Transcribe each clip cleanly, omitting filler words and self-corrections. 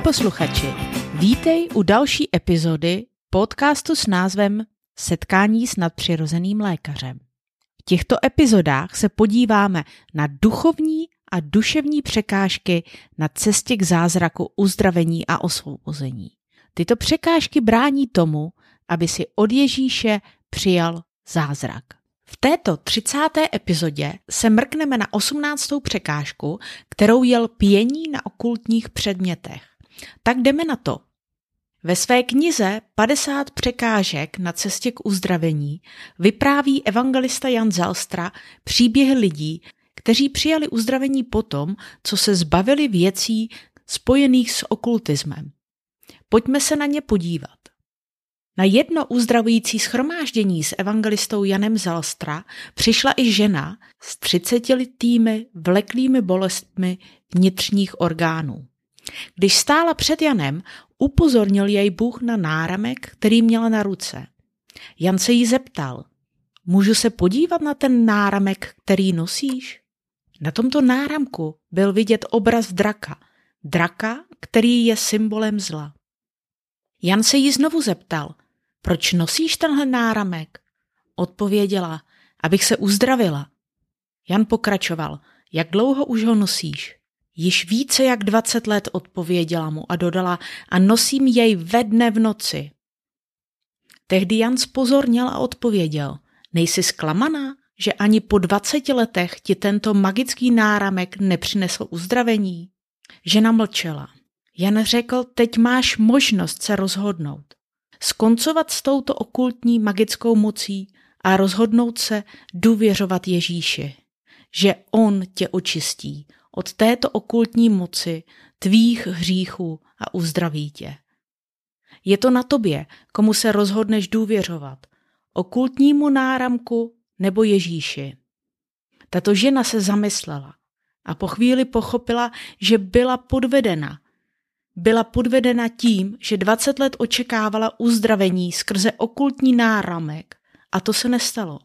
posluchači, vítej u další epizody podcastu s názvem Setkání s nadpřirozeným lékařem. V těchto epizodách se podíváme na duchovní a duševní překážky na cestě k zázraku uzdravení a osvobození. Tyto překážky brání tomu, aby si od Ježíše přijal zázrak. V této 30. epizodě se mrkneme na 18. překážku, kterou je lpění na okultních předmětech. Tak jdeme na to. Ve své knize 50 překážek na cestě k uzdravení vypráví evangelista Jan Zelstra příběhy lidí, kteří přijali uzdravení potom, co se zbavili věcí spojených s okultismem. Pojďme se na ně podívat. Na jedno uzdravující shromáždění s evangelistou Janem Zelstra přišla i žena s 30letými vleklými bolestmi vnitřních orgánů. Když stála před Janem, upozornil jej Bůh na náramek, který měla na ruce. Jan se jí zeptal: můžu se podívat na ten náramek, který nosíš? Na tomto náramku byl vidět obraz draka, který je symbolem zla. Jan se jí znovu zeptal: proč nosíš tenhle náramek? Odpověděla: abych se uzdravila. Jan pokračoval: jak dlouho už ho nosíš? Již více jak 20 let, odpověděla mu a dodala: a nosím jej ve dne v noci. Tehdy Jan zpozorněl a odpověděl: nejsi zklamaná, že ani po 20 letech ti tento magický náramek nepřinesl uzdravení? Žena mlčela. Jan řekl: teď máš možnost se rozhodnout. Skoncovat s touto okultní magickou mocí a rozhodnout se důvěřovat Ježíši, že on tě očistí od této okultní moci, tvých hříchů a uzdraví tě. Je to na tobě, komu se rozhodneš důvěřovat, okultnímu náramku nebo Ježíši. Tato žena se zamyslela a po chvíli pochopila, že byla podvedena. Byla podvedena tím, že 20 let očekávala uzdravení skrze okultní náramek a to se nestalo.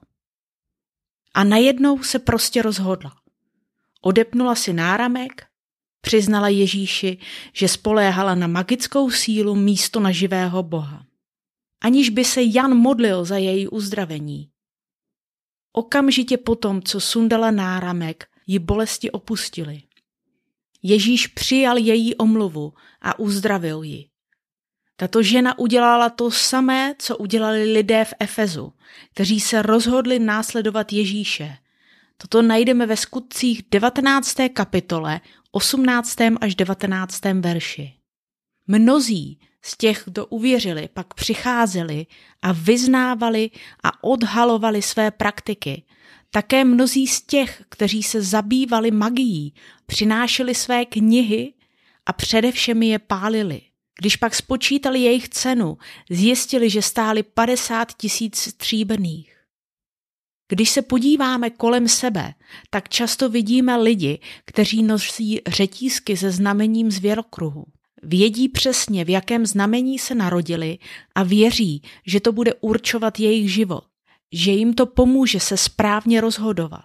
A najednou se prostě rozhodla. Odepnula si náramek, přiznala Ježíši, že spoléhala na magickou sílu místo na živého Boha. Aniž by se Jan modlil za její uzdravení. Okamžitě potom, co sundala náramek, ji bolesti opustily. Ježíš přijal její omluvu a uzdravil ji. Tato žena udělala to samé, co udělali lidé v Efezu, kteří se rozhodli následovat Ježíše. Toto najdeme ve Skutcích 19. kapitole, 18. až 19. verši. Mnozí z těch, kdo uvěřili, pak přicházeli a vyznávali a odhalovali své praktiky. Také mnozí z těch, kteří se zabývali magií, přinášeli své knihy a především je pálili. Když pak spočítali jejich cenu, zjistili, že stály 50 000 stříbrných. Když se podíváme kolem sebe, tak často vidíme lidi, kteří nosí řetízky se znamením zvěrokruhu. Vědí přesně, v jakém znamení se narodili a věří, že to bude určovat jejich život, že jim to pomůže se správně rozhodovat.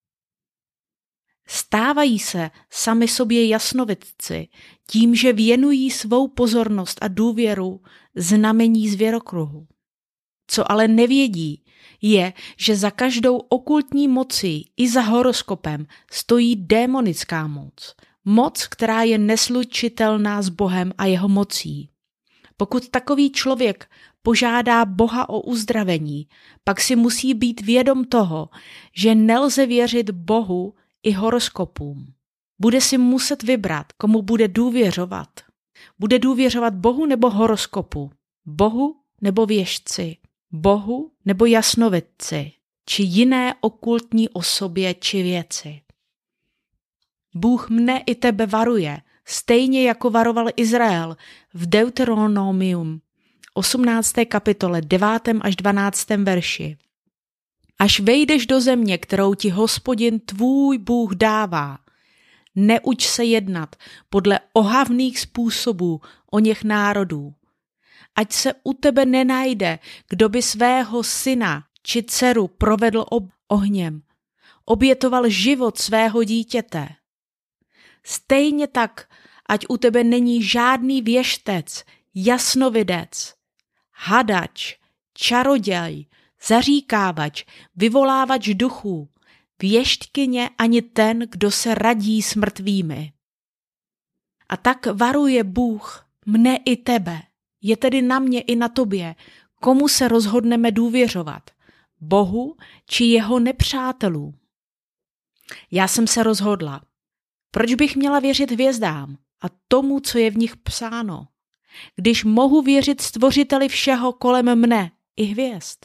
Stávají se sami sobě jasnovidci tím, že věnují svou pozornost a důvěru znamení zvěrokruhu. Co ale nevědí, je, že za každou okultní mocí i za horoskopem stojí démonická moc. Moc, která je neslučitelná s Bohem a jeho mocí. Pokud takový člověk požádá Boha o uzdravení, pak si musí být vědom toho, že nelze věřit Bohu i horoskopům. Bude si muset vybrat, komu bude důvěřovat. Bude důvěřovat Bohu nebo horoskopu, Bohu nebo věštci, Bohu nebo jasnovidci, či jiné okultní osobě či věci. Bůh mne i tebe varuje, stejně jako varoval Izrael v Deuteronomium 18. kapitole 9. až 12. verši. Až vejdeš do země, kterou ti Hospodin tvůj Bůh dává, neuč se jednat podle ohavných způsobů o něch národů. Ať se u tebe nenajde, kdo by svého syna či dceru provedl ohněm, obětoval život svého dítěte. Stejně tak, ať u tebe není žádný věštec, jasnovidec, hadač, čaroděj, zaříkávač, vyvolávač duchů, věštkyně ani ten, kdo se radí s mrtvými. A tak varuje Bůh mne i tebe. Je tedy na mě i na tobě, komu se rozhodneme důvěřovat. Bohu či jeho nepřátelům. Já jsem se rozhodla. Proč bych měla věřit hvězdám a tomu, co je v nich psáno, když mohu věřit Stvořiteli všeho kolem mne i hvězd?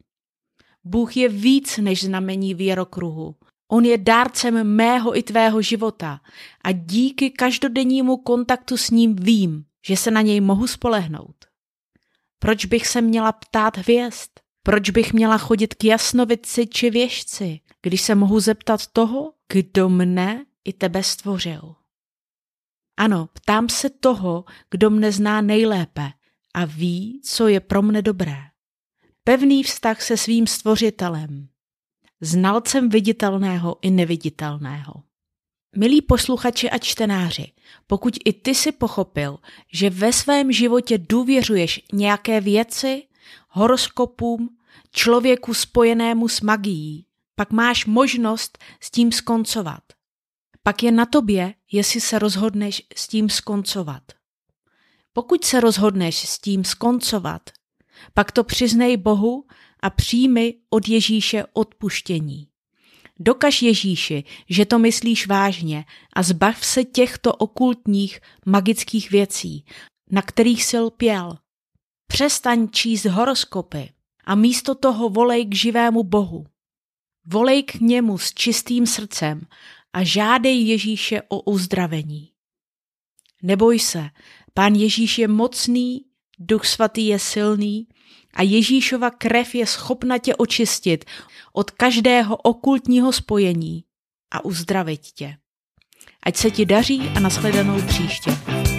Bůh je víc než znamení věrokruhu. On je dárcem mého i tvého života a díky každodennímu kontaktu s ním vím, že se na něj mohu spolehnout. Proč bych se měla ptát hvězd? Proč bych měla chodit k jasnovidci či věštci, když se mohu zeptat toho, kdo mne i tebe stvořil? Ano, ptám se toho, kdo mne zná nejlépe a ví, co je pro mne dobré. Pevný vztah se svým stvořitelem, znalcem viditelného i neviditelného. Milí posluchači a čtenáři, pokud i ty si pochopil, že ve svém životě důvěřuješ nějaké věci, horoskopům, člověku spojenému s magií, pak máš možnost s tím skoncovat. Pak je na tobě, jestli se rozhodneš s tím skoncovat. Pokud se rozhodneš s tím skoncovat, pak to přiznej Bohu a přijmi od Ježíše odpuštění. Dokaž Ježíši, že to myslíš vážně a zbav se těchto okultních magických věcí, na kterých jsi lpěl. Přestaň číst horoskopy a místo toho volej k živému Bohu. Volej k němu s čistým srdcem a žádej Ježíše o uzdravení. Neboj se, Pán Ježíš je mocný, Duch Svatý je silný a Ježíšova krev je schopna tě očistit od každého okultního spojení a uzdravit tě. Ať se ti daří a nashledanou příště.